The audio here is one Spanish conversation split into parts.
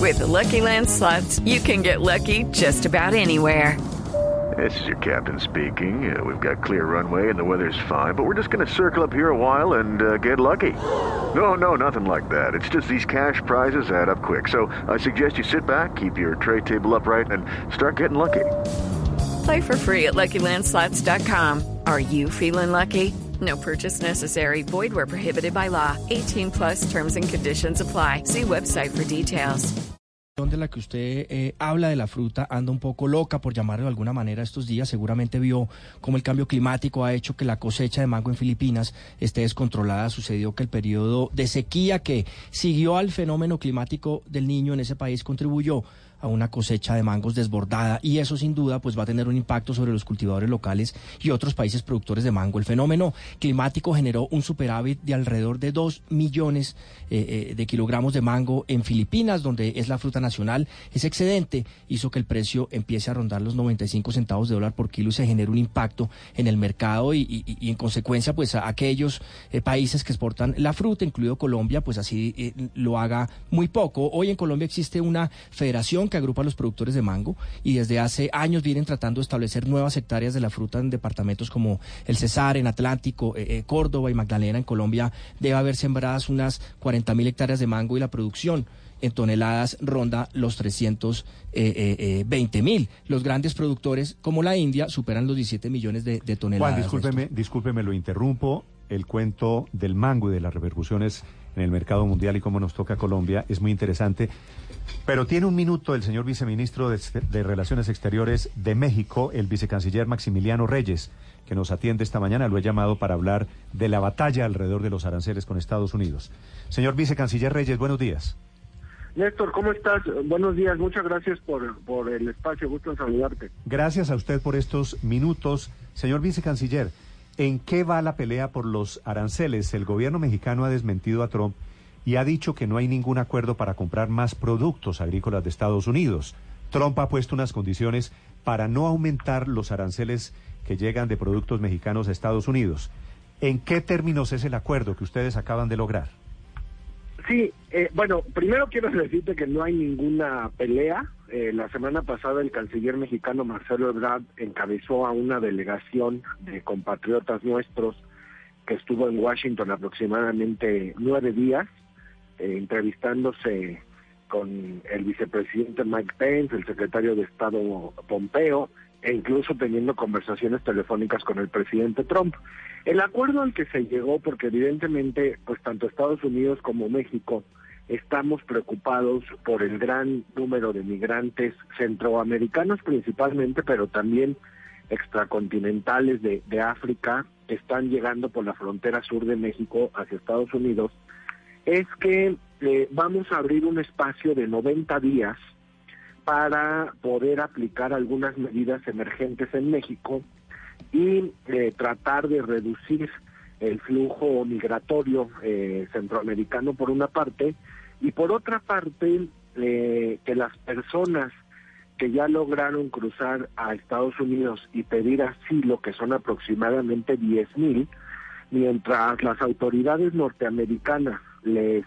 With the Lucky Land Slots, you can get lucky just about anywhere. This is your captain speaking. We've got clear runway and the weather's fine, but we're just going to circle up here a while and get lucky. No, nothing like that. It's just these cash prizes add up quick. So I suggest you sit back, keep your tray table upright, and start getting lucky. Play for free at LuckyLandSlots.com. Are you feeling lucky? No purchase necessary. Void where prohibited by law. 18 plus terms and conditions apply. See website for details. De la que usted habla de la fruta anda un poco loca, por llamarlo de alguna manera, estos días. Seguramente vio cómo el cambio climático ha hecho que la cosecha de mango en Filipinas esté descontrolada. Sucedió que el periodo de sequía que siguió al fenómeno climático del Niño en ese país contribuyó a una cosecha de mangos desbordada, y eso sin duda pues va a tener un impacto sobre los cultivadores locales y otros países productores de mango. El fenómeno climático generó un superávit de alrededor de 2 millones de kilogramos de mango en Filipinas, donde es la fruta nacional. Ese excedente hizo que el precio empiece a rondar los 95 centavos de dólar por kilo y se genere un impacto en el mercado y en consecuencia pues a aquellos países que exportan la fruta, incluido Colombia, pues así lo haga muy poco. Hoy en Colombia existe una federación que agrupa a los productores de mango y desde hace años vienen tratando de establecer nuevas hectáreas de la fruta en departamentos como el Cesar, en Atlántico, Córdoba y Magdalena. En Colombia debe haber sembradas unas 40.000 hectáreas de mango y la producción en toneladas ronda los 320.000. Los grandes productores como la India superan los 17 millones de toneladas. Juan, discúlpeme, lo interrumpo. El cuento del mango y de las repercusiones en el mercado mundial y cómo nos toca a Colombia es muy interesante. Pero tiene un minuto el señor viceministro de Relaciones Exteriores de México, el vicecanciller Maximiliano Reyes, que nos atiende esta mañana. Lo he llamado para hablar de la batalla alrededor de los aranceles con Estados Unidos. Señor vicecanciller Reyes, buenos días. Néstor, ¿cómo estás? Buenos días, muchas gracias por el espacio, gusto en saludarte. Gracias a usted por estos minutos. Señor vicecanciller, ¿en qué va la pelea por los aranceles? El gobierno mexicano ha desmentido a Trump y ha dicho que no hay ningún acuerdo para comprar más productos agrícolas de Estados Unidos. Trump ha puesto unas condiciones para no aumentar los aranceles que llegan de productos mexicanos a Estados Unidos. ¿En qué términos es el acuerdo que ustedes acaban de lograr? Sí, bueno, primero quiero decirte que no hay ninguna pelea. La semana pasada el canciller mexicano Marcelo Ebrard encabezó a una delegación de compatriotas nuestros que estuvo en Washington aproximadamente 9 días, entrevistándose con el vicepresidente Mike Pence, el secretario de Estado Pompeo, e incluso teniendo conversaciones telefónicas con el presidente Trump. El acuerdo al que se llegó, porque evidentemente pues tanto Estados Unidos como México estamos preocupados por el gran número de migrantes centroamericanos principalmente, pero también extracontinentales de África, que están llegando por la frontera sur de México hacia Estados Unidos, es que vamos a abrir un espacio de 90 días para poder aplicar algunas medidas emergentes en México y tratar de reducir el flujo migratorio centroamericano por una parte, y por otra parte que las personas que ya lograron cruzar a Estados Unidos y pedir asilo, que son aproximadamente 10,000, mientras las autoridades norteamericanas les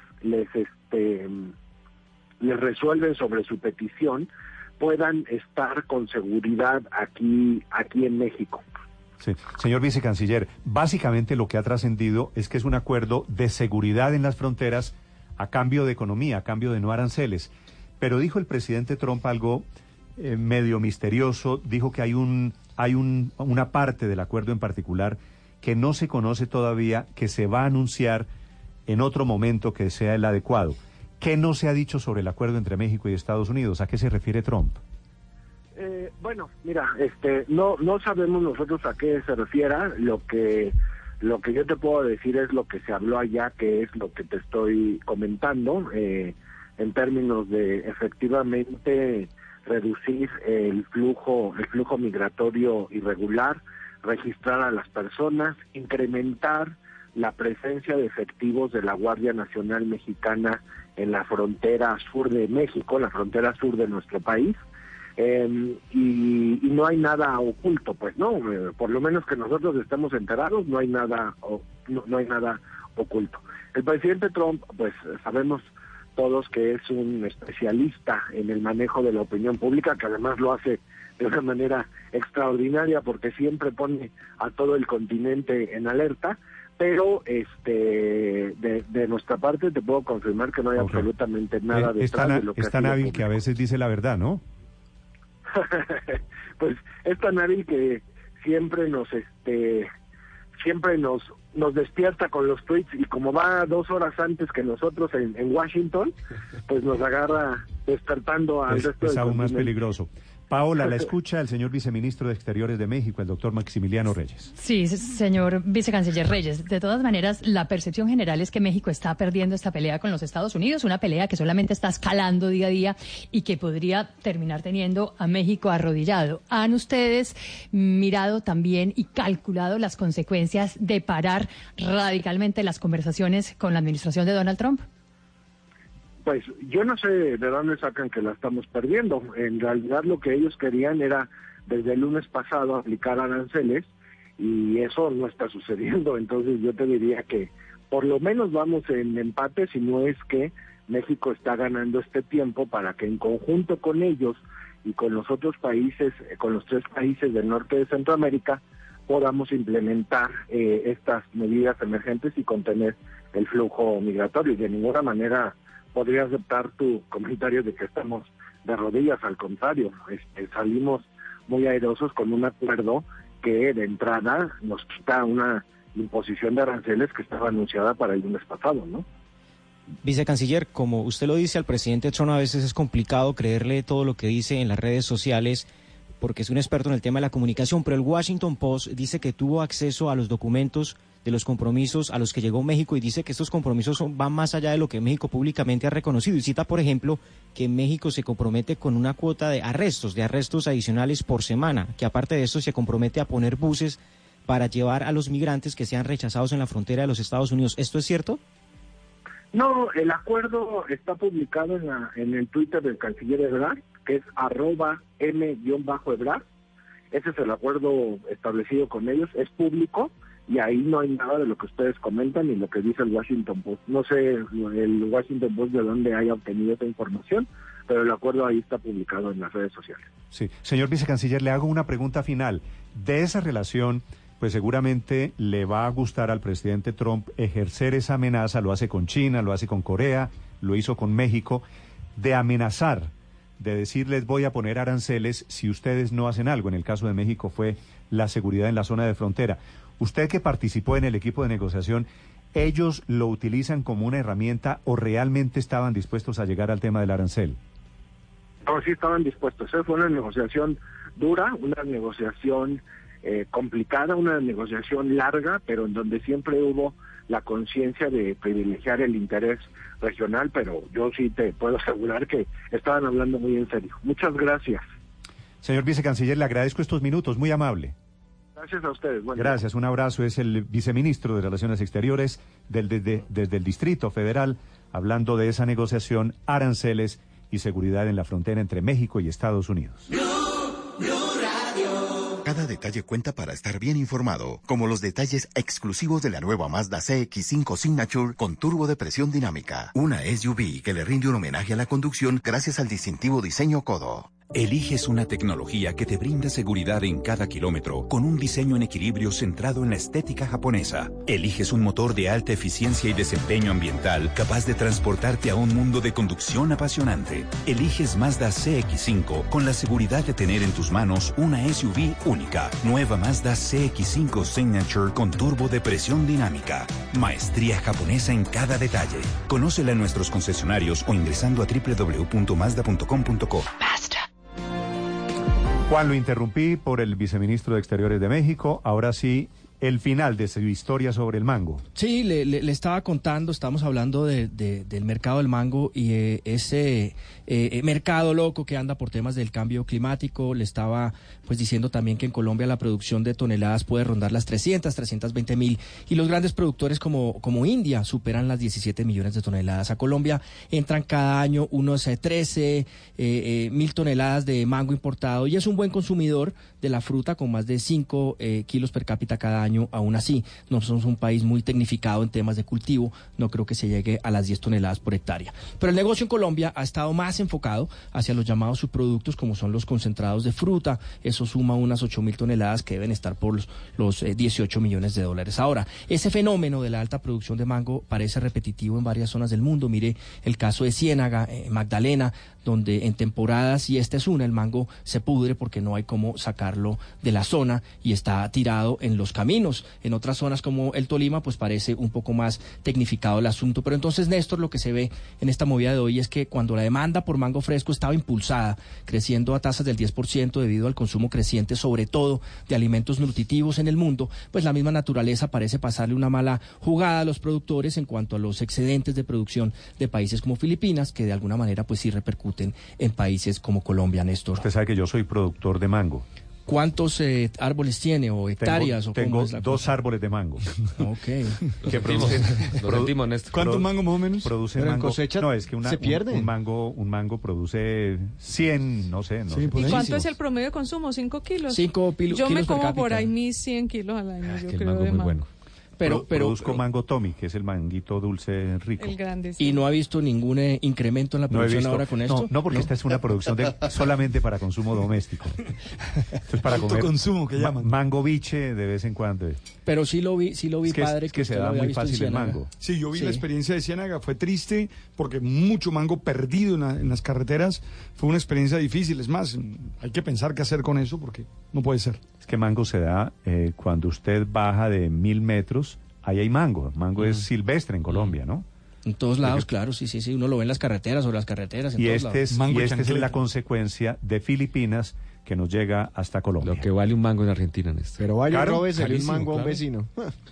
resuelven sobre su petición, puedan estar con seguridad aquí en México. Sí. Señor vicecanciller, básicamente lo que ha trascendido es que es un acuerdo de seguridad en las fronteras a cambio de economía, a cambio de no aranceles. Pero dijo el presidente Trump algo medio misterioso. Dijo que hay una parte del acuerdo en particular que no se conoce todavía, que se va a anunciar en otro momento que sea el adecuado. ¿Qué no se ha dicho sobre el acuerdo entre México y Estados Unidos? ¿A qué se refiere Trump? Bueno, mira, no sabemos nosotros a qué se refiera. Lo que yo te puedo decir es lo que se habló allá, que es lo que te estoy comentando, en términos de efectivamente reducir el flujo migratorio irregular, registrar a las personas, incrementar la presencia de efectivos de la Guardia Nacional Mexicana en la frontera sur de México, la frontera sur de nuestro país, y no hay nada oculto, pues no, por lo menos que nosotros estemos enterados, no hay nada oculto. El presidente Trump, pues sabemos todos que es un especialista en el manejo de la opinión pública, que además lo hace de una manera extraordinaria porque siempre pone a todo el continente en alerta, pero de nuestra parte te puedo confirmar que no hay absolutamente nada detrás de lo que es tan hábil que a veces dice la verdad, ¿no? Pues es tan hábil que siempre nos despierta con los tweets, y como va 2 horas antes que nosotros en Washington, pues nos agarra despertando al resto del continente. Es aún más peligroso. Paola, la escucha el señor viceministro de Exteriores de México, el doctor Maximiliano Reyes. Sí, señor vicecanciller Reyes. De todas maneras, la percepción general es que México está perdiendo esta pelea con los Estados Unidos, una pelea que solamente está escalando día a día y que podría terminar teniendo a México arrodillado. ¿Han ustedes mirado también y calculado las consecuencias de parar radicalmente las conversaciones con la administración de Donald Trump? Pues yo no sé de dónde sacan que la estamos perdiendo. En realidad lo que ellos querían era desde el lunes pasado aplicar aranceles, y eso no está sucediendo. Entonces yo te diría que por lo menos vamos en empate, si no es que México está ganando este tiempo para que en conjunto con ellos y con los otros países, con los 3 países del norte de Centroamérica, podamos implementar estas medidas emergentes y contener el flujo migratorio. Y de ninguna manera podría aceptar tu comentario de que estamos de rodillas. Al contrario, salimos muy airosos con un acuerdo que de entrada nos quita una imposición de aranceles que estaba anunciada para el lunes pasado, ¿no? Vicecanciller, como usted lo dice, al presidente Trump a veces es complicado creerle todo lo que dice en las redes sociales porque es un experto en el tema de la comunicación, pero el Washington Post dice que tuvo acceso a los documentos de los compromisos a los que llegó México y dice que estos compromisos van más allá de lo que México públicamente ha reconocido, y cita, por ejemplo, que México se compromete con una cuota de arrestos adicionales por semana, que aparte de esto se compromete a poner buses para llevar a los migrantes que sean rechazados en la frontera de los Estados Unidos. ¿Esto es cierto? No, el acuerdo está publicado en el Twitter del canciller Ebrard, que es @m_Ebrard. Ese es el acuerdo establecido con ellos, es público, y ahí no hay nada de lo que ustedes comentan ni lo que dice el Washington Post. No sé el Washington Post de dónde haya obtenido esta información, pero el acuerdo ahí está publicado en las redes sociales. Sí, señor vicecanciller, le hago una pregunta final. De esa relación, pues seguramente le va a gustar al presidente Trump ejercer esa amenaza, lo hace con China, lo hace con Corea, lo hizo con México, de amenazar, de decirles voy a poner aranceles si ustedes no hacen algo. En el caso de México fue la seguridad en la zona de frontera. Usted que participó en el equipo de negociación, ¿ellos lo utilizan como una herramienta o realmente estaban dispuestos a llegar al tema del arancel? No, sí estaban dispuestos. Fue una negociación dura, una negociación complicada, una negociación larga, pero en donde siempre hubo la conciencia de privilegiar el interés regional, pero yo sí te puedo asegurar que estaban hablando muy en serio. Muchas gracias. Señor vicecanciller, le agradezco estos minutos, muy amable. Gracias a ustedes. Gracias, un abrazo. Es el viceministro de Relaciones Exteriores desde el Distrito Federal, hablando de esa negociación, aranceles y seguridad en la frontera entre México y Estados Unidos. Cada detalle cuenta para estar bien informado, como los detalles exclusivos de la nueva Mazda CX-5 Signature con turbo de presión dinámica, una SUV que le rinde un homenaje a la conducción gracias al distintivo diseño codo. Eliges una tecnología que te brinda seguridad en cada kilómetro, con un diseño en equilibrio centrado en la estética japonesa. Eliges un motor de alta eficiencia y desempeño ambiental capaz de transportarte a un mundo de conducción apasionante. Eliges Mazda CX-5 con la seguridad de tener en tus manos una SUV única. Nueva Mazda CX-5 Signature con turbo de presión dinámica. Maestría japonesa en cada detalle. Conócela en nuestros concesionarios o ingresando a www.mazda.com.co. Juan, lo interrumpí por el viceministro de Exteriores de México. Ahora sí, el final de su historia sobre el mango. Sí, le estaba contando, estamos hablando del mercado del mango y ese mercado loco que anda por temas del cambio climático. Le estaba pues diciendo también que en Colombia la producción de toneladas puede rondar las 320,000 y los grandes productores como India superan las 17 millones de toneladas. A Colombia entran cada año unos 13,000 toneladas de mango importado y es un buen consumidor de la fruta con más de 5 kilos per cápita cada año año. Aún así, no somos un país muy tecnificado en temas de cultivo, no creo que se llegue a las 10 toneladas por hectárea. Pero el negocio en Colombia ha estado más enfocado hacia los llamados subproductos, como son los concentrados de fruta. Eso suma unas 8.000 toneladas que deben estar por los 18 millones de dólares. Ahora, ese fenómeno de la alta producción de mango parece repetitivo en varias zonas del mundo. Mire el caso de Ciénaga, Magdalena, donde en temporadas, y esta es una, el mango se pudre porque no hay cómo sacarlo de la zona y está tirado en los caminos. En otras zonas como el Tolima, pues parece un poco más tecnificado el asunto. Pero entonces, Néstor, lo que se ve en esta movida de hoy es que cuando la demanda por mango fresco estaba impulsada, creciendo a tasas del 10% debido al consumo creciente, sobre todo de alimentos nutritivos en el mundo, pues la misma naturaleza parece pasarle una mala jugada a los productores en cuanto a los excedentes de producción de países como Filipinas, que de alguna manera pues sí repercuten en países como Colombia, Néstor. Usted sabe que yo soy productor de mango. ¿Cuántos árboles tiene o hectáreas? Tengo 2 árboles de mango. Ok. Que producen. ¿Cuántos mangos más o menos? Producen Pero en mango. cosecha No, es que se pierde. Un mango produce 100, no sé. Sí, ¿Y cuánto es el promedio de consumo? 5 kilos. 5 kilos. Yo me como per por cápita. ahí mis 100 kilos al año, yo que el creo, mango de es muy mango. bueno. Pero produzco mango Tommy, que es el manguito dulce rico. El grande, ¿Y no ha visto ningún incremento en la producción ahora con esto? No, porque esta es una producción solamente para consumo doméstico. Esto es para comer autoconsumo, que llaman. Mango biche de vez en cuando. Pero sí lo vi, padre. Es que se usted lo da había muy visto en fácil el Ciénaga. mango. Sí, yo vi la experiencia de Ciénaga, fue triste porque mucho mango perdido en las carreteras, fue una experiencia difícil. Es más, hay que pensar qué hacer con eso porque no puede ser. Es que mango se da cuando usted baja de 1.000 metros, ahí hay mango. Mango es silvestre en Colombia, ¿no? En todos lados, claro, sí, uno lo ve en las carreteras, sobre las carreteras, en Y todos lados. esta es la consecuencia de Filipinas que nos llega hasta Colombia. Lo que vale un mango en Argentina, Néstor. Pero vaya, robes un carísimo, mango a un claro. vecino.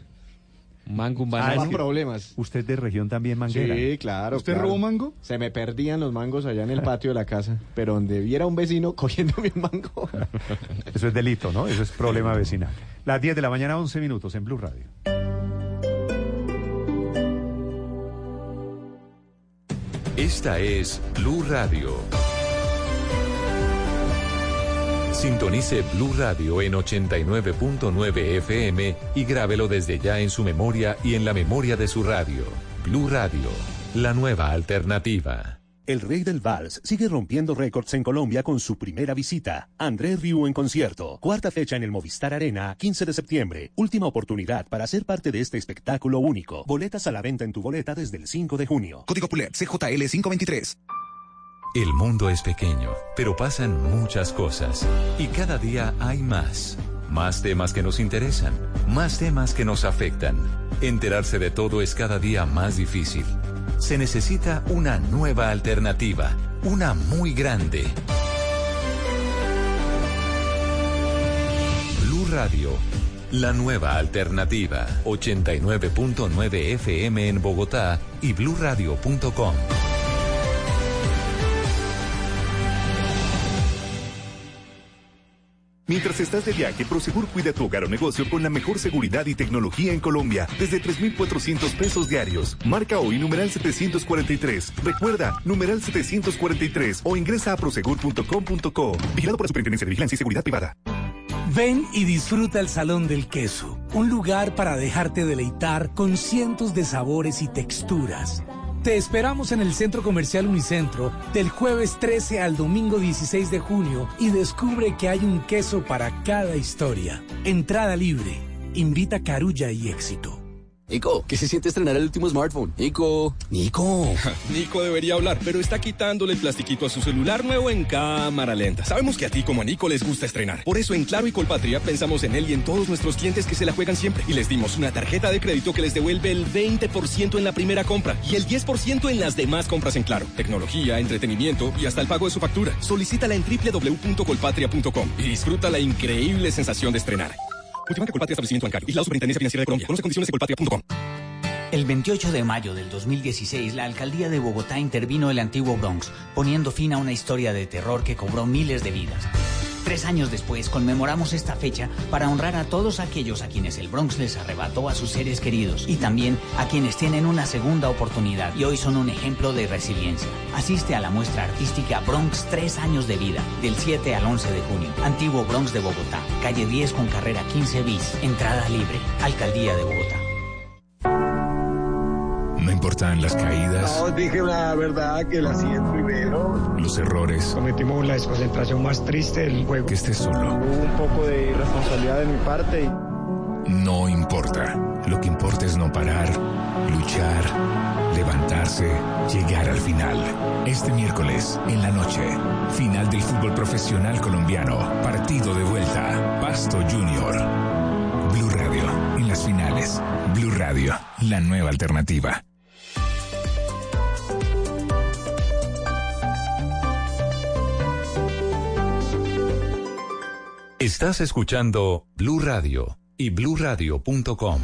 Un mango, un banano. Hay problemas. Usted de región también manguera. Sí, claro. ¿Usted claro. robó mango? Se me perdían los mangos allá en el patio de la casa, pero donde viera un vecino cogiéndome un mango. Eso es delito, ¿no? Eso es problema vecinal. Las 10 de la mañana, 11 minutos en Blue Radio. Esta es Blue Radio. Sintonice Blue Radio en 89.9 FM y grábelo desde ya en su memoria y en la memoria de su radio. Blue Radio, la nueva alternativa. El rey del vals sigue rompiendo récords en Colombia con su primera visita. André Rieu en concierto. Cuarta fecha en el Movistar Arena, 15 de septiembre. Última oportunidad para ser parte de este espectáculo único. Boletas a la venta en tu boleta desde el 5 de junio. Código PULET CJL 523. El mundo es pequeño, pero pasan muchas cosas. Y cada día hay más. Más temas que nos interesan. Más temas que nos afectan. Enterarse de todo es cada día más difícil. Se necesita una nueva alternativa, una muy grande. Blue Radio, la nueva alternativa. 89.9 FM en Bogotá y bluradio.com. Mientras estás de viaje, Prosegur cuida tu hogar o negocio con la mejor seguridad y tecnología en Colombia, desde 3.400 pesos diarios. Marca hoy numeral 743. Recuerda, numeral 743 o ingresa a prosegur.com.co. Vigilado por la Superintendencia de Vigilancia y Seguridad Privada. Ven y disfruta el Salón del Queso, un lugar para dejarte deleitar con cientos de sabores y texturas. Te esperamos en el Centro Comercial Unicentro del jueves 13 al domingo 16 de junio y descubre que hay un queso para cada historia. Entrada libre. Invita Carulla y Éxito. Nico, ¿qué se siente estrenar el último smartphone? Nico. Nico debería hablar, pero está quitándole el plastiquito a su celular nuevo en cámara lenta. Sabemos que a ti como a Nico les gusta estrenar. Por eso en Claro y Colpatria pensamos en él y en todos nuestros clientes que se la juegan siempre. Y les dimos una tarjeta de crédito que les devuelve el 20% en la primera compra y el 10% en las demás compras en Claro. Tecnología, entretenimiento y hasta el pago de su factura. Solicítala en www.colpatria.com y disfruta la increíble sensación de estrenar. Multibanco Colpatria Establecimiento Bancario. Vigilado Superintendencia Financiera de Colombia. Conoce condiciones en colpatria.com. El 28 de mayo del 2016, la alcaldía de Bogotá intervino el antiguo Bronx, poniendo fin a una historia de terror que cobró miles de vidas. 3 años después conmemoramos esta fecha para honrar a todos aquellos a quienes el Bronx les arrebató a sus seres queridos y también a quienes tienen una segunda oportunidad y hoy son un ejemplo de resiliencia. Asiste a la muestra artística Bronx 3 años de vida, del 7 al 11 de junio. Antiguo Bronx de Bogotá, calle 10 con carrera 15 bis, entrada libre, Alcaldía de Bogotá. No importan las caídas. No, dije la verdad que la siento primero. Los errores. Cometimos la desconcentración más triste del juego. Que estés solo. Hubo un poco de irresponsabilidad de mi parte. No importa. Lo que importa es no parar, luchar, levantarse, llegar al final. Este miércoles, en la noche, final del fútbol profesional colombiano. Partido de vuelta. Pasto Junior. Blue Radio, en las finales. Blue Radio, la nueva alternativa. Estás escuchando Blue Radio y bluradio.com.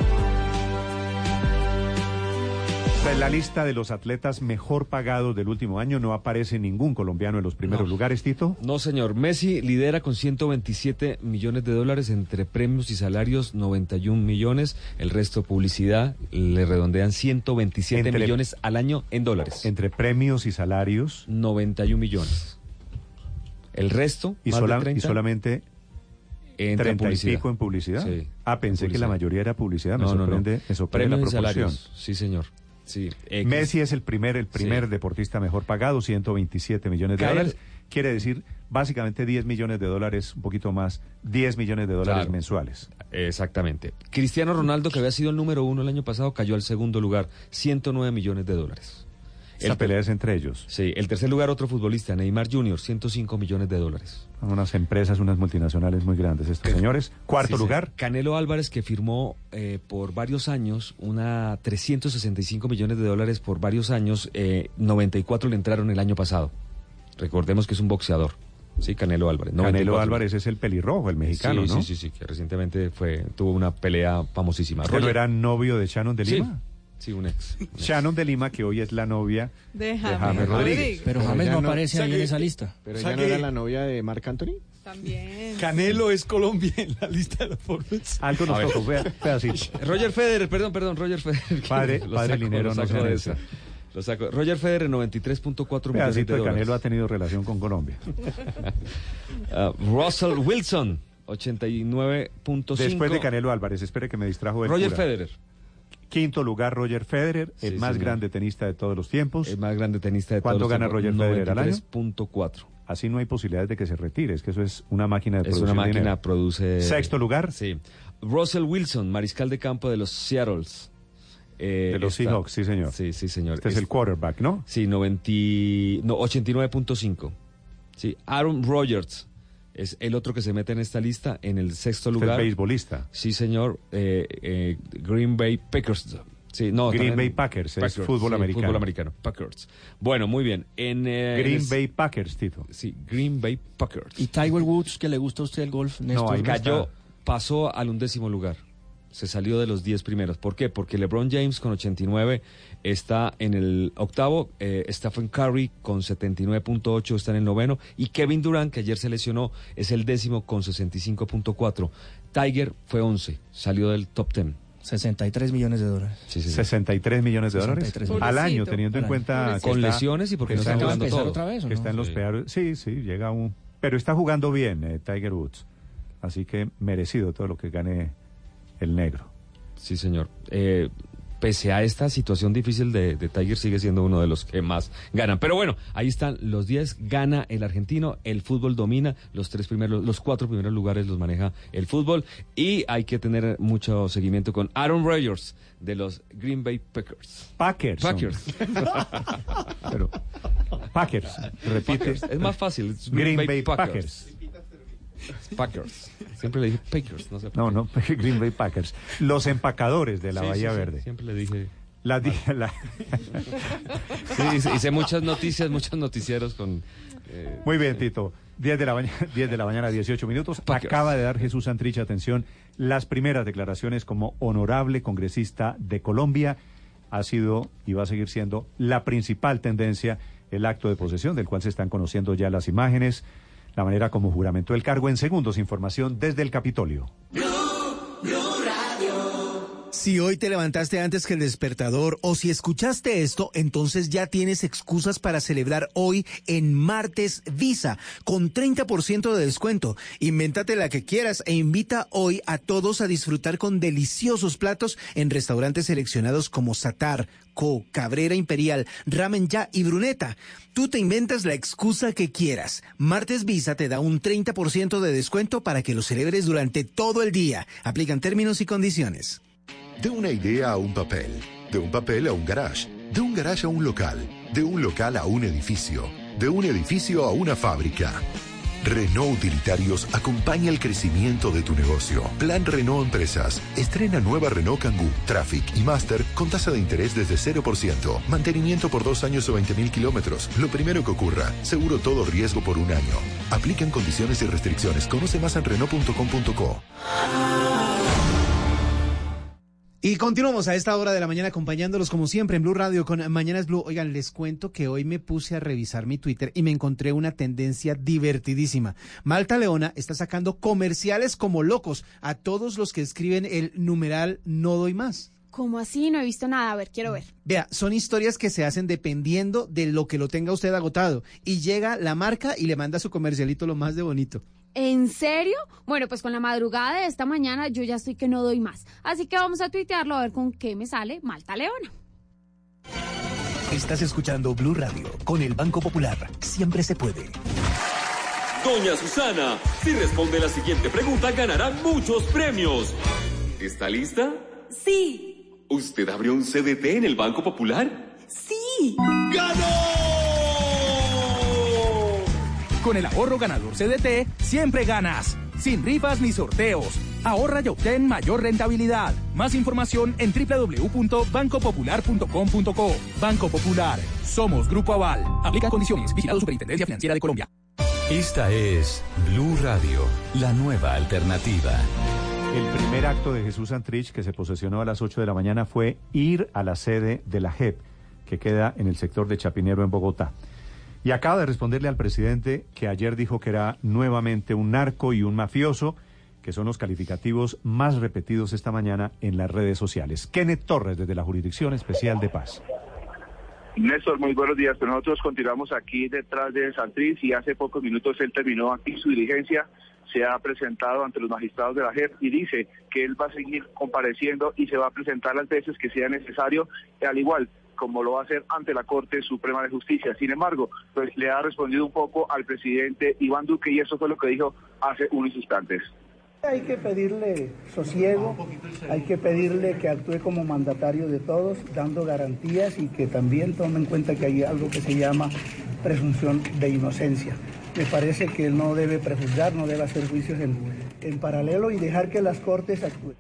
En la lista de los atletas mejor pagados del último año no aparece ningún colombiano en los primeros lugares, Tito. No, señor. Messi lidera con 127 millones de dólares entre premios y salarios, 91 millones. El resto publicidad, le redondean 127 millones al año en dólares. Entre premios y salarios. 91 millones. El resto, y, más de 30, y solamente 30 y pico en publicidad. Sí, pensé que la mayoría era publicidad. Me no, sorprende, me sorprende premios la proporción. Y salarios. Sí, señor. Sí, Messi es el primer deportista mejor pagado, 127 millones de dólares. Quiere decir, básicamente 10 millones de dólares, un poquito más, 10 millones de dólares mensuales. Exactamente. Cristiano Ronaldo, que había sido el número 1 el año pasado, cayó al segundo lugar, 109 millones de dólares. Esta pelea es entre ellos. Sí, el tercer lugar otro futbolista, Neymar Jr., 105 millones de dólares. Son unas empresas, unas multinacionales muy grandes estos señores. Cuarto lugar. Canelo Álvarez, que firmó por varios años 365 millones de dólares por varios años, 94 le entraron el año pasado. Recordemos que es un boxeador. Sí, Canelo Álvarez. 94. Canelo Álvarez es el pelirrojo, el mexicano, ¿no? Sí, que recientemente tuvo una pelea famosísima. ¿Usted no era novio de Shannon de Lima? Sí, un ex. Shannon de Lima, que hoy es la novia de James Rodríguez. Pero James no aparece ahí en esa lista. ¿Pero ella no era la novia de Marc Anthony? También. Canelo es Colombia en la lista de los Forbes. Algo nos tocó, pedacito. Roger Federer, perdón, Roger Federer. Padre Linero, no de esa. Lo saco. Roger Federer, 93.4 millones de dólares. Canelo ha tenido relación con Colombia. Russell Wilson, 89.5. Después de Canelo Álvarez, espere que me distrajo. Roger Federer. Quinto lugar, Roger Federer, el más grande tenista de todos los tiempos. El más grande tenista de todos los ¿Cuánto tiempos. gana Roger Federer al año? 93.4. Así no hay posibilidades de que se retire, es que eso es una máquina de producir dinero. Es una máquina, dinero. produce... Sexto lugar. Sí. Russell Wilson, mariscal de campo de los Seattles. De los Seahawks, sí, señor. Sí, señor. Este es el quarterback, ¿no? Sí, 89.5. Sí, Aaron Rodgers es el otro que se mete en esta lista en el sexto lugar. ¿Es beisbolista? Sí, señor. Green Bay Packers. Sí, no, Green Bay Packers, es fútbol americano. Fútbol americano, Packers. Bueno, muy bien. Green Bay Packers, Tito. Sí, Green Bay Packers. ¿Y Tiger Woods, que le gusta a usted el golf, Néstor? No, pasó al 11º lugar. Se salió de los 10 primeros. ¿Por qué? Porque LeBron James con 89 está en el octavo, Stephen Curry con 79.8 está en el noveno, y Kevin Durant, que ayer se lesionó, es el 10º con 65.4. Tiger fue 11, salió del top 10. 63 millones de dólares. Sí. 63 millones de dólares al año, teniendo en cuenta con lesiones y porque no está jugando todo. Otra vez, ¿o no? Que está en los peores. Sí, llega pero está jugando bien Tiger Woods. Así que merecido todo lo que gane el negro. Sí, señor. Pese a esta situación difícil de Tiger, sigue siendo uno de los que más ganan. Pero bueno, ahí están los 10, gana el argentino, el fútbol domina, los 4 primeros lugares los maneja el fútbol, y hay que tener mucho seguimiento con Aaron Rodgers de los Green Bay Packers. Packers. Pero Packers, repite. Packers. Es más fácil. Green Bay Packers. Packers. Siempre le dije Packers. No sé por qué. No, Green Bay Packers. Los empacadores de la Bahía Verde. Siempre le dije. Sí, hice muchas noticias, muchos noticieros con... Muy bien, Tito. 10 de la mañana, 18 minutos. Packers. Acaba de dar Jesús Santrich, atención, las primeras declaraciones como honorable congresista de Colombia. Ha sido y va a seguir siendo la principal tendencia el acto de posesión, del cual se están conociendo ya las imágenes. la manera como juramentó el cargo. En segundos, información desde el Capitolio. Si hoy te levantaste antes que el despertador o si escuchaste esto, entonces ya tienes excusas para celebrar hoy en Martes Visa con 30% de descuento. Invéntate la que quieras e invita hoy a todos a disfrutar con deliciosos platos en restaurantes seleccionados como Satar, Co, Cabrera Imperial, Ramen Ya y Bruneta. Tú te inventas la excusa que quieras. Martes Visa te da un 30% de descuento para que lo celebres durante todo el día. Aplican términos y condiciones. De una idea a un papel, de un papel a un garage, de un garage a un local, de un local a un edificio, de un edificio a una fábrica. Renault Utilitarios acompaña el crecimiento de tu negocio. Plan Renault Empresas. Estrena nueva Renault Kangoo, Traffic y Master con tasa de interés desde 0%. Mantenimiento por 2 años o 20.000 kilómetros. Lo primero que ocurra. Seguro todo riesgo por 1 año. Aplican condiciones y restricciones. Conoce más en Renault.com.co. Y continuamos a esta hora de la mañana acompañándolos como siempre en Blue Radio con Mañanas Blue. Oigan, les cuento que hoy me puse a revisar mi Twitter y me encontré una tendencia divertidísima. Malta Leona está sacando comerciales como locos a todos los que escriben el numeral no doy más. ¿Cómo así? No he visto nada. A ver, quiero ver. Vea, son historias que se hacen dependiendo de lo que lo tenga usted agotado. Y llega la marca y le manda su comercialito lo más de bonito. ¿En serio? Bueno, pues con la madrugada de esta mañana yo ya estoy que no doy más. Así que vamos a tuitearlo a ver con qué me sale Malta Leona. Estás escuchando Blue Radio con el Banco Popular. Siempre se puede. Doña Susana, si responde la siguiente pregunta ganará muchos premios. ¿Está lista? Sí. ¿Usted abrió un CDT en el Banco Popular? Sí. ¡Ganó! Con el ahorro ganador CDT, siempre ganas. Sin rifas ni sorteos. Ahorra y obtén mayor rentabilidad. Más información en www.bancopopular.com.co. Banco Popular. Somos Grupo Aval. Aplica condiciones. Vigilado Superintendencia Financiera de Colombia. Esta es Blue Radio, la nueva alternativa. El primer acto de Jesús Santrich, que se posesionó a las 8 de la mañana, fue ir a la sede de la JEP, que queda en el sector de Chapinero, en Bogotá. Y acaba de responderle al presidente, que ayer dijo que era nuevamente un narco y un mafioso, que son los calificativos más repetidos esta mañana en las redes sociales. Kenneth Torres, desde la Jurisdicción Especial de Paz. Néstor, muy buenos días. Nosotros continuamos aquí detrás de Santrich y hace pocos minutos él terminó aquí su diligencia. Se ha presentado ante los magistrados de la JEP y dice que él va a seguir compareciendo y se va a presentar las veces que sea necesario, al igual como lo va a hacer ante la Corte Suprema de Justicia. Sin embargo, pues le ha respondido un poco al presidente Iván Duque y eso fue lo que dijo hace unos instantes. Hay que pedirle sosiego, hay que pedirle que actúe como mandatario de todos, dando garantías y que también tome en cuenta que hay algo que se llama presunción de inocencia. Me parece que él no debe prejuzgar, no debe hacer juicios en paralelo y dejar que las Cortes actúen.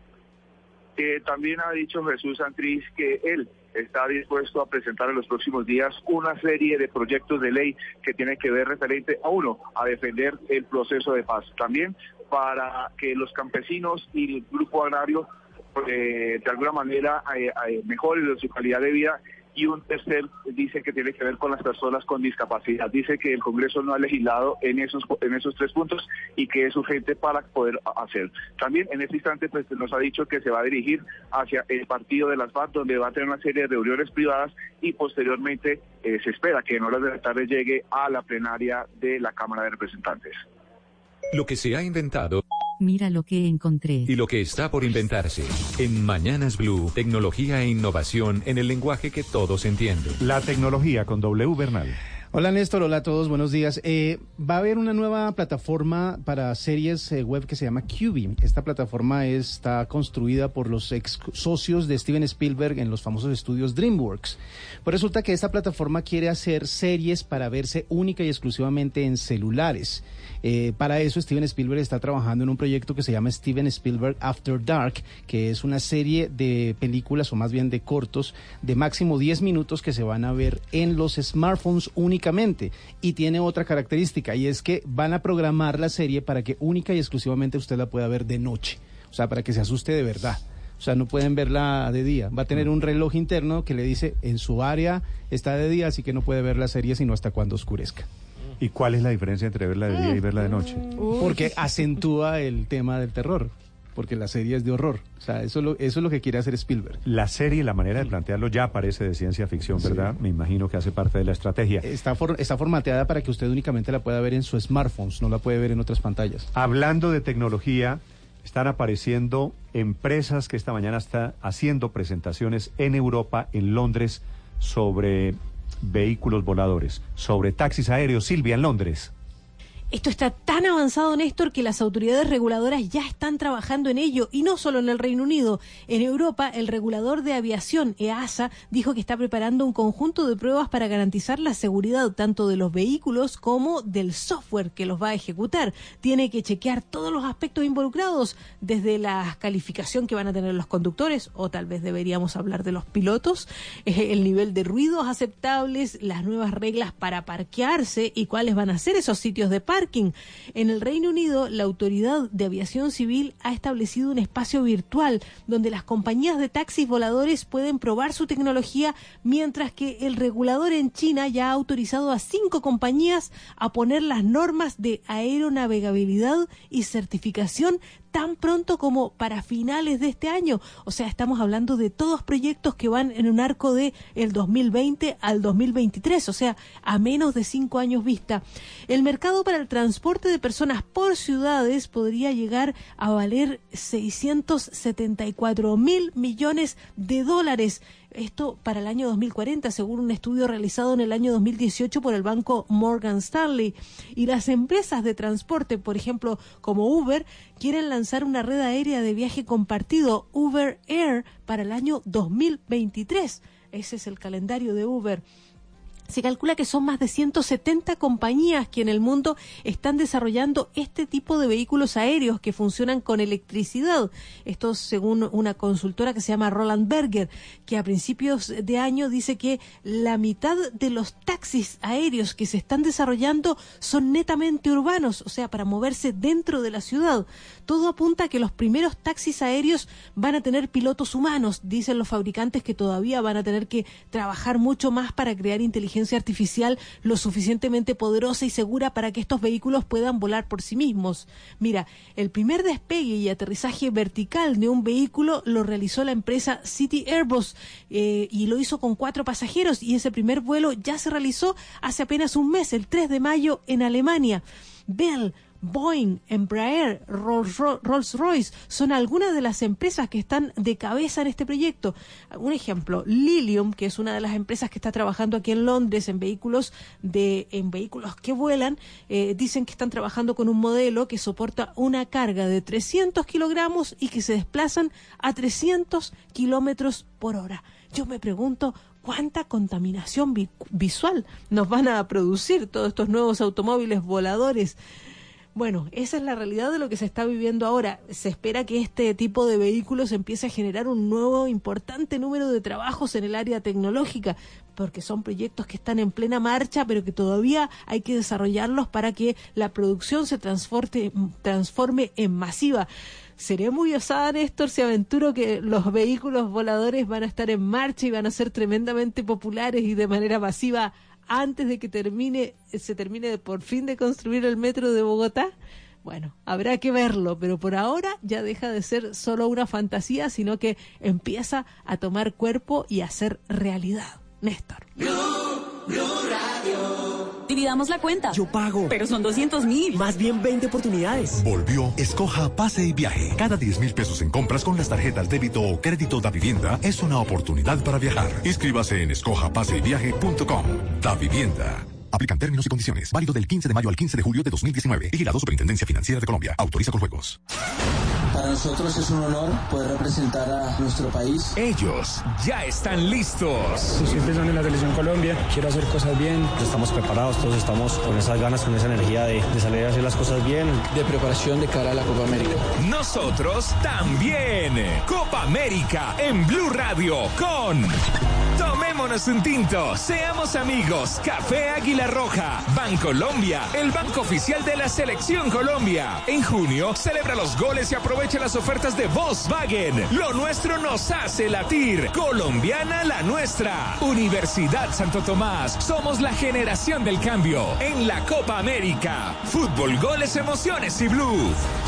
También ha dicho Jesús Santrich que él está dispuesto a presentar en los próximos días una serie de proyectos de ley que tienen que ver referente a uno, a defender el proceso de paz. También para que los campesinos y el grupo agrario de alguna manera mejoren su calidad de vida. Y un tercer dice que tiene que ver con las personas con discapacidad. Dice que el Congreso no ha legislado en esos 3 puntos y que es urgente para poder hacer. También en este instante pues nos ha dicho que se va a dirigir hacia el partido de las FARC, donde va a tener una serie de reuniones privadas y posteriormente se espera que en horas de la tarde llegue a la plenaria de la Cámara de Representantes. Lo que se ha inventado. Mira lo que encontré. Y lo que está por inventarse. En Mañanas Blue, tecnología e innovación en el lenguaje que todos entienden. La tecnología con W Bernal. Hola Néstor, hola a todos, buenos días. Va a haber una nueva plataforma para series web que se llama Quibi. Esta plataforma está construida por los ex socios de Steven Spielberg en los famosos estudios DreamWorks. Pues resulta que esta plataforma quiere hacer series para verse única y exclusivamente en celulares. Para eso Steven Spielberg está trabajando en un proyecto que se llama Steven Spielberg After Dark, que es una serie de películas o más bien de cortos de máximo 10 minutos que se van a ver en los smartphones únicamente. Y tiene otra característica y es que van a programar la serie para que única y exclusivamente usted la pueda ver de noche, o sea, para que se asuste de verdad. O sea, no pueden verla de día. Va a tener un reloj interno que le dice en su área está de día, así que no puede ver la serie sino hasta cuando oscurezca. ¿Y cuál es la diferencia entre verla de día y verla de noche? Porque acentúa el tema del terror, porque la serie es de horror. O sea, eso es lo que quiere hacer Spielberg. La serie, la manera de plantearlo ya parece de ciencia ficción, ¿verdad? Me imagino que hace parte de la estrategia. Está formateada para que usted únicamente la pueda ver en su smartphone, no la puede ver en otras pantallas. Hablando de tecnología, están apareciendo empresas que esta mañana están haciendo presentaciones en Europa, en Londres, sobre vehículos voladores, sobre taxis aéreos. Silvia, en Londres. Esto está tan avanzado, Néstor, que las autoridades reguladoras ya están trabajando en ello, y no solo en el Reino Unido. En Europa, el regulador de aviación, EASA, dijo que está preparando un conjunto de pruebas para garantizar la seguridad tanto de los vehículos como del software que los va a ejecutar. Tiene que chequear todos los aspectos involucrados, desde la calificación que van a tener los conductores, o tal vez deberíamos hablar de los pilotos, el nivel de ruidos aceptables, las nuevas reglas para parquearse y cuáles van a ser esos sitios de parking. En el Reino Unido, la Autoridad de Aviación Civil ha establecido un espacio virtual donde las compañías de taxis voladores pueden probar su tecnología, mientras que el regulador en China ya ha autorizado a 5 compañías a poner las normas de aeronavegabilidad y certificación tan pronto como para finales de este año. O sea, estamos hablando de todos proyectos que van en un arco de el 2020 al 2023, o sea, a menos de 5 años vista. El mercado para el transporte de personas por ciudades podría llegar a valer 674.000 millones de dólares. Esto para el año 2040, según un estudio realizado en el año 2018 por el banco Morgan Stanley. Y las empresas de transporte, por ejemplo, como Uber, quieren lanzar una red aérea de viaje compartido, Uber Air, para el año 2023. Ese es el calendario de Uber. Se calcula que son más de 170 compañías que en el mundo están desarrollando este tipo de vehículos aéreos que funcionan con electricidad. Esto según una consultora que se llama Roland Berger, que a principios de año dice que la mitad de los taxis aéreos que se están desarrollando son netamente urbanos, o sea, para moverse dentro de la ciudad. Todo apunta a que los primeros taxis aéreos van a tener pilotos humanos. Dicen los fabricantes que todavía van a tener que trabajar mucho más para crear inteligencia artificial lo suficientemente poderosa y segura para que estos vehículos puedan volar por sí mismos. Mira, el primer despegue y aterrizaje vertical de un vehículo lo realizó la empresa City Airbus y lo hizo con 4 pasajeros, y ese primer vuelo ya se realizó hace apenas un mes, el 3 de mayo en Alemania. Bell, Boeing, Embraer, Rolls-Royce son algunas de las empresas que están de cabeza en este proyecto. Un ejemplo, Lilium, que es una de las empresas que está trabajando aquí en Londres en vehículos que vuelan, dicen que están trabajando con un modelo que soporta una carga de 300 kilogramos y que se desplazan a 300 kilómetros por hora. Yo me pregunto, ¿cuánta contaminación visual nos van a producir todos estos nuevos automóviles voladores? Bueno, esa es la realidad de lo que se está viviendo ahora. Se espera que este tipo de vehículos empiece a generar un nuevo importante número de trabajos en el área tecnológica, porque son proyectos que están en plena marcha, pero que todavía hay que desarrollarlos para que la producción se transforme en masiva. Seré muy osada, Néstor, si aventuro que los vehículos voladores van a estar en marcha y van a ser tremendamente populares y de manera masiva antes de que se termine por fin de construir el metro de Bogotá. Bueno, habrá que verlo, pero por ahora ya deja de ser solo una fantasía, sino que empieza a tomar cuerpo y a ser realidad. Néstor. Blue Radio. Dividamos la cuenta. Yo pago. Pero son 200.000. Más bien 20 oportunidades. Volvió Escoja Pase y Viaje. Cada 10.000 pesos en compras con las tarjetas débito o crédito Davivienda es una oportunidad para viajar. Inscríbase en escojapaseyviaje.com. Davivienda. Aplican términos y condiciones. Válido del 15 de mayo al 15 de julio de 2019. Vigilado Superintendencia Financiera de Colombia. Autoriza con juegos. Para nosotros es un honor poder representar a nuestro país. Ellos ya están listos. Estoy pensando en la selección Colombia. Quiero hacer cosas bien. Estamos preparados, todos estamos con esas ganas, con esa energía de salir a hacer las cosas bien. De preparación de cara a la Copa América. Nosotros también. Copa América en Blue Radio con Tomé Tomémonos un tinto, seamos amigos. Café Águila Roja, Bancolombia, el banco oficial de la Selección Colombia. En junio, celebra los goles y aprovecha las ofertas de Volkswagen. Lo nuestro nos hace latir. Colombiana la nuestra. Universidad Santo Tomás, somos la generación del cambio. En la Copa América. Fútbol, goles, emociones y Blue.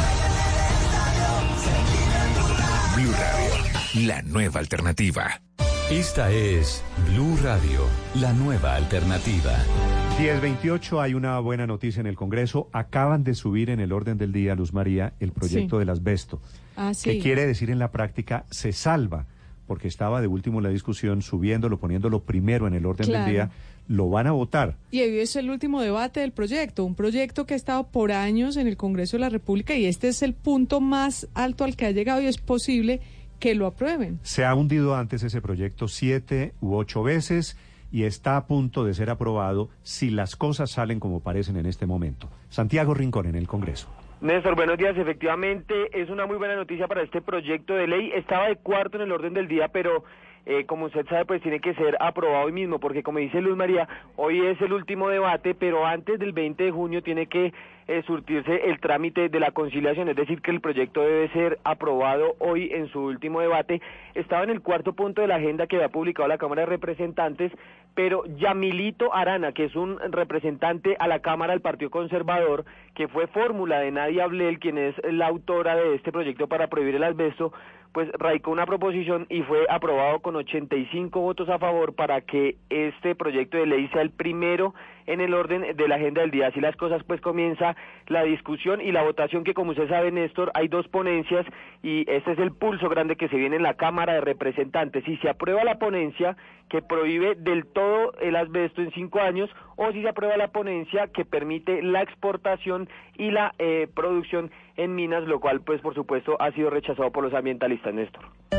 Blue Radio, la nueva alternativa. Esta es Blue Radio, la nueva alternativa. 10:28, hay una buena noticia en el Congreso. Acaban de subir en el orden del día, Luz María, el proyecto del asbesto. Que quiere decir en la práctica, se salva, porque estaba de último en la discusión, subiéndolo, poniéndolo primero en el orden del día. Lo van a votar. Y hoy es el último debate del proyecto, un proyecto que ha estado por años en el Congreso de la República y este es el punto más alto al que ha llegado y es posible que lo aprueben. Se ha hundido antes ese proyecto 7 u 8 veces y está a punto de ser aprobado si las cosas salen como parecen en este momento. Santiago Rincón en el Congreso. Néstor, buenos días. Efectivamente, es una muy buena noticia para este proyecto de ley. Estaba de cuarto en el orden del día, pero como usted sabe, pues tiene que ser aprobado hoy mismo, porque como dice Luz María, hoy es el último debate, pero antes del 20 de junio tiene que surtirse el trámite de la conciliación, es decir, que el proyecto debe ser aprobado hoy en su último debate. Estaba en el cuarto punto de la agenda que había publicado la Cámara de Representantes, pero Yamilito Arana, que es un representante a la Cámara del Partido Conservador, que fue fórmula de Nadia Ablel, quien es la autora de este proyecto para prohibir el asbesto, pues radicó una proposición y fue aprobado con 85 votos a favor para que este proyecto de ley sea el primero en el orden de la agenda del día. Así las cosas, pues comienza la discusión y la votación, que como usted sabe, Néstor, hay dos ponencias y este es el pulso grande que se viene en la Cámara de Representantes. Si se aprueba la ponencia que prohíbe del todo el asbesto en 5 años, o si se aprueba la ponencia que permite la exportación y la producción en minas, lo cual, pues por supuesto, ha sido rechazado por los ambientalistas, Néstor.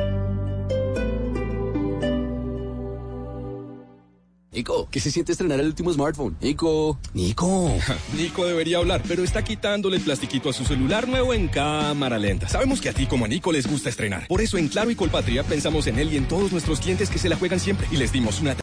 Nico, ¿qué se siente estrenar el último smartphone? Nico. Nico debería hablar, pero está quitándole el plastiquito a su celular nuevo en cámara lenta. Sabemos que a ti como a Nico les gusta estrenar. Por eso en Claro y Colpatria pensamos en él y en todos nuestros clientes que se la juegan siempre y les dimos una